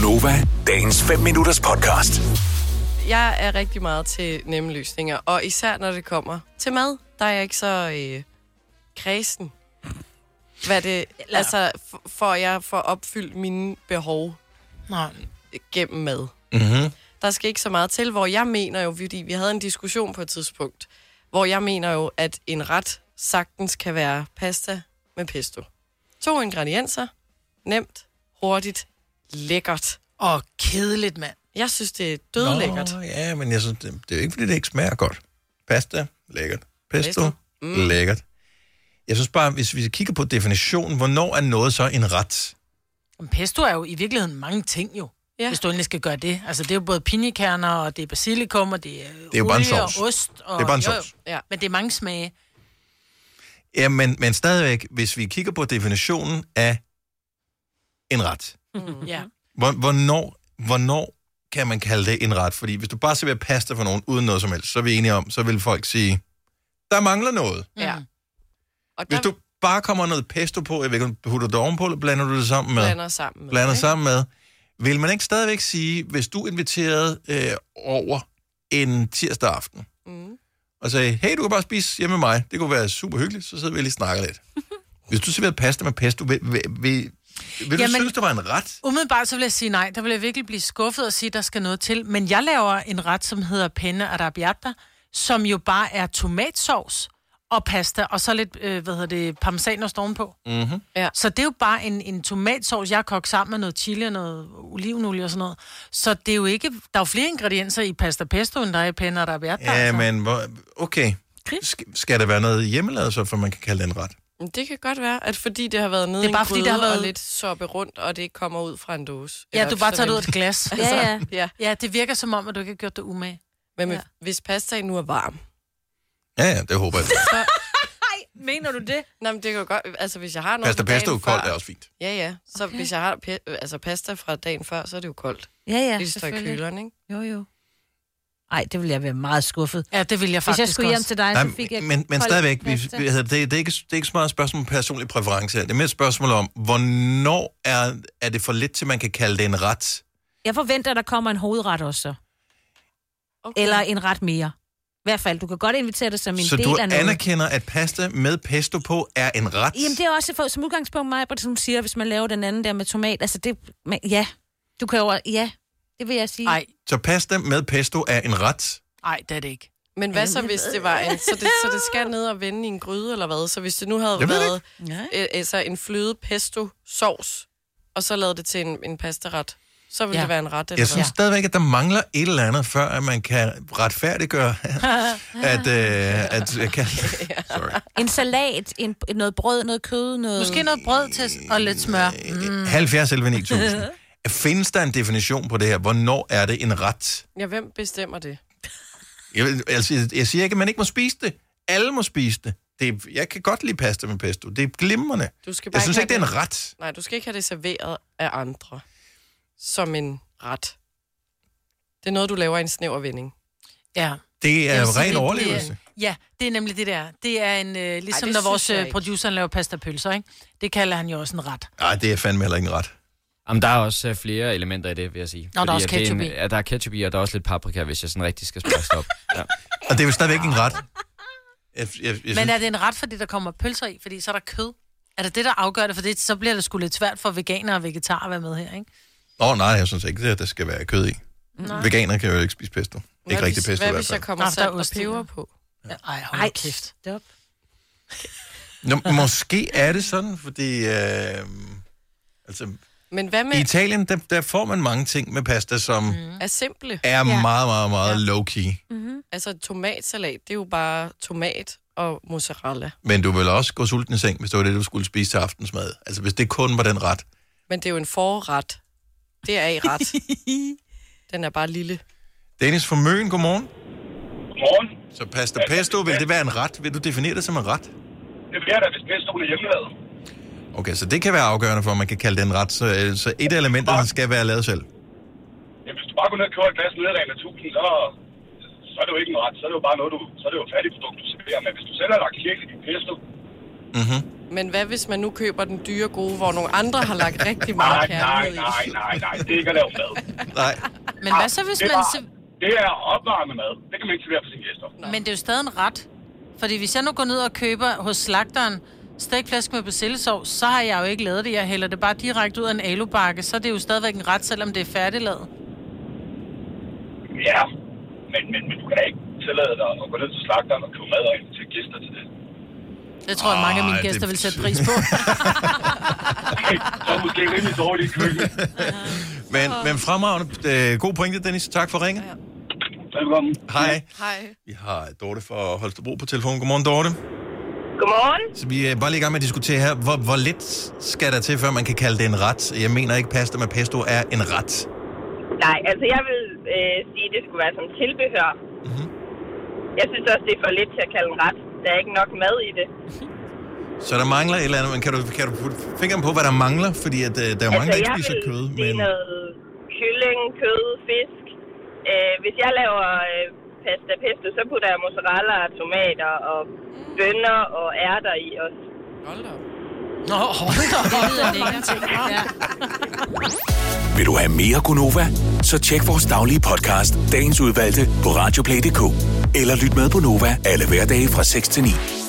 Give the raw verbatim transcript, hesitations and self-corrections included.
Gonova, dagens fem minutters podcast. Jeg er rigtig meget til nemme løsninger, og især når det kommer til mad, der er jeg ikke så øh, kredsen. Hvad det, altså, for, for jeg får opfyldt mine behov Nej. gennem mad. Mm-hmm. Der skal ikke så meget til, hvor jeg mener jo, fordi vi havde en diskussion på et tidspunkt, hvor jeg mener jo, at en ret sagtens kan være pasta med pesto. To ingredienser, nemt, hurtigt, lækkert. Og kedeligt, mand. Jeg synes, det er dødlækkert. Nå, ja, men jeg synes, det, det er jo ikke, fordi det ikke smager godt. Pasta, lækkert. Pesto, Pesto. Mm. lækkert. Jeg synes bare, hvis vi kigger på definitionen, hvornår er noget så en ret? Men pesto er jo i virkeligheden mange ting jo. Ja. Hvis du endelig skal gøre det. Altså, det er jo både pinjekerner, og det er basilikum, og det er, Det er jo bare en olie og sovs. ost. Og, Det er bare en jo, jo. sovs. Ja. Men det er mange smage. Ja, men, men stadigvæk, hvis vi kigger på definitionen af en ret, Mm. Ja. hvor, hvornår, hvornår kan man kalde det en ret? Fordi hvis du bare serverer pasta for nogen uden noget som helst, så er vi enige om, så vil folk sige, der mangler noget. Ja. Mm. Og Hvis der du bare kommer noget pesto på, jeg ved ikke, om du putter det ovenpå, eller blander du det sammen med? blander sammen med. blander ikke? sammen med, vil man ikke stadigvæk sige, hvis du inviterede øh, over en tirsdag aften, Mm. og sagde, hey, du kan bare spise hjemme med mig, det kunne være super hyggeligt, så sidder vi lige og snakker lidt. Hvis du serverede pasta med pesto, vil, vil, vil, vil du Jamen- synes, det var en ret? Umiddelbart så vil jeg sige nej. Der vil jeg virkelig blive skuffet og sige, at der skal noget til. Men jeg laver en ret, som hedder penne arrabbiata, som jo bare er tomatsovs og pasta, og så lidt, øh, hvad hedder det, parmesanost ovenpå. Mm-hmm. Så det er jo bare en, en tomatsovs, jeg har kogt sammen med noget chili og noget olivenolie og sådan noget. Så det er jo ikke... Der er jo flere ingredienser i pasta pesto, end der er i penne arrabbiata. Ja, altså. men hvor, okay. Sk- skal der være noget hjemmelavet så, for man kan kalde det en ret? Men det kan godt være, at fordi det har været nede Det er i bare en fordi, gryde der har været- og lidt soppe rundt, og det ikke kommer ud fra en dåse. Ja, Eller du bare tager det ud af sådan et glas. en- Altså, Ja, ja. ja. ja, det virker som om, at du ikke har gjort det umage. Men med, Ja. hvis pastaen nu er varm, Ja, ja, det håber jeg. så... Mener du det? Nå, men det kan jo godt... Altså, hvis jeg har noget Pasta fra dagen pesto før, koldt er også fint. Ja, ja. Så Okay. hvis jeg har pe- altså, pasta fra dagen før, så er det jo koldt. Ja, ja, Det står i selvfølgelig. køleren, ikke? Jo, jo. Ej, det ville jeg være meget skuffet. Ja, det vil jeg Hvis faktisk jeg skulle hjem også. til dig, Nej, så fik jeg men, men kold stadigvæk, vi, pasta. vi, det, det, er ikke, det er ikke så meget et spørgsmål om personlig præference. Det er mere et spørgsmål om, hvornår er, er det for lidt til, man kan kalde det en ret? Jeg forventer, at der kommer en hovedret også så. Okay. Eller en ret mere. I hvert fald, du kan godt invitere det som en Så del du af noget. anerkender, at pasta med pesto på er en ret? Jamen, det er også for, som udgangspunkt mig, som du siger, hvis man laver den anden der med tomat. Altså, det... Men, ja, du kan jo... Ja, det vil jeg sige. Nej, Så pasta med pesto er en ret? nej, det er det ikke. Men hvad så, Jamen, hvis det var en... Så det, så det skal ned og vende i en gryde, eller hvad? Så hvis det nu havde Jeg ved det været Ja. øh, altså en fløde pesto sovs, og så lavede det til en, en pastaret, så ville Ja. det være en ret, eller Jeg synes hvad? stadigvæk, at der mangler et eller andet, før at man kan retfærdiggøre, at... Øh, at jeg kan, sorry. En salat, en, noget brød, noget kød, noget... Måske noget brød til og lidt smør. Mm. halvfjerds elleve ni tusind. Findes der en definition på det her? Hvornår er det en ret? Ja, hvem bestemmer det? Jeg, vil- altså, jeg, jeg siger ikke, at man ikke må spise det. Alle må spise det. det er, jeg kan godt lide pasta med pesto. Det er glimrende. Du skal bare Jeg synes ikke, det have er en ret. Nej, du skal ikke have det serveret af andre som en ret. Det er noget, du laver i en snæver vending. Ja. Det er Jeg vil sige, ren det- overlevelse. Det, ja, det er nemlig det der. Det er en, øh, ligesom det når vores synes jeg øh, ikke. producer laver pastapølser, ikke? Det kalder han jo også en ret. Nej, det er fandme heller ikke en ret. Jamen, der er også uh, flere elementer i det, vil jeg sige. Nå, der er også at det ketchup en, i. Ja, der er ketchup i, og der er også lidt paprika, hvis jeg sådan rigtig skal spise op. Ja. Og det er jo stadigvæk en ret. Jeg, jeg, jeg Men synes, er det en ret, fordi der kommer pølser i? Fordi så er der kød. Er det det, der afgør det? For det, så bliver det sgu lidt svært for veganere og vegetarer at være med her, ikke? Åh oh, nej, jeg synes ikke, at der skal være kød i. Nej. Veganer kan jo ikke spise pesto. Hvad Ikke rigtig hvis, pesto i Hvad hvert hvis jeg fald. kommer Nå, der er salt og ost i, peber ja. på? Ja, ej, hold Ej, kæft. stop. Nå, måske er det sådan, fordi... Øh, altså, Men hvad i med Italien, der, der får man mange ting med pasta, som mm. er simple? er meget, meget, meget Ja. low-key. Mm-hmm. Altså tomatsalat, det er jo bare tomat og mozzarella. Men du vil også gå sulten i seng, hvis det var det, du skulle spise til aftensmad. Altså, hvis det kun var den ret. Men det er jo en forret. Det er i ret. Den er bare lille. Dennis fra Møn, godmorgen. Godmorgen. Så pasta pesto, vil det være en ret? Vil du definere det som en ret? Det bliver da, hvis pestoen er hjemmelavet. Okay, så det kan være afgørende for, at man kan kalde det en ret. Så, øh, så et af elementerne skal være lavet selv. Ja, hvis du bare går ned og køber et glas nedrene af tusind, så, så er det jo ikke en ret. Så er det jo bare noget, du... Så er det jo et fattigt produkt, du serverer. Men hvis du selv har lagt kirke i din pesto, Mhm. Men hvad hvis man nu køber den dyre gode, hvor nogle andre har lagt rigtig meget Nej, nej, kærlighed i? nej, nej, nej. Det er ikke at lave mad. Nej. Men hvad så, hvis det, man... er, se- det er opvarmet mad. Det kan man ikke servere for sine gæster. Men det er jo stadig en ret. Fordi hvis jeg nu går ned og køber hos slagteren stegflæsk med persillesovs, så har jeg jo ikke lavet det. Jeg hælder det bare direkte ud af en alubakke, så er det jo stadigvæk en ret, selvom det er færdiglavet. Ja, men, men, men du kan da ikke tillade dig at gå ned til slagteren og købe mad og ind til gæster til det. Det tror jeg, mange af mine Ej, gæster det- vil sætte pris på. Så er måske rimelig dårligt i køkkenet. Men, men fremragende. Øh, god pointe, Dennis. Tak for ringet. Velkommen. Hej. Hej. Vi har Dorte fra Holstebro på telefonen. Godmorgen, Dorte. Godmorgen. Så vi er bare lige i gang med at diskutere her. Hvor, hvor lidt skal der til, før man kan kalde det en ret? Jeg mener ikke, pasta med pesto er en ret. Nej, altså jeg vil øh, sige, at det skulle være som tilbehør. Mm-hmm. Jeg synes også, det er for lidt til at kalde en ret. Der er ikke nok mad i det. Så der mangler et eller andet, men kan du, kan du putte fingeren på, hvad der mangler? Fordi at, øh, der er jo mange, der ikke jeg spiser vil kød. sige Men... noget kylling, kød, fisk. Øh, hvis jeg laver øh, pasta pesto, så putter jeg mozzarella, tomater og bønner og ærter i også. Hold da op. Nå, hold da. Det lyder lækkert. Ja. Vil du have mere Gunova? Så tjek vores daglige podcast, dagens udvalgte, på radioplay punktum d k. Eller lyt med på Nova alle hverdage fra seks til ni.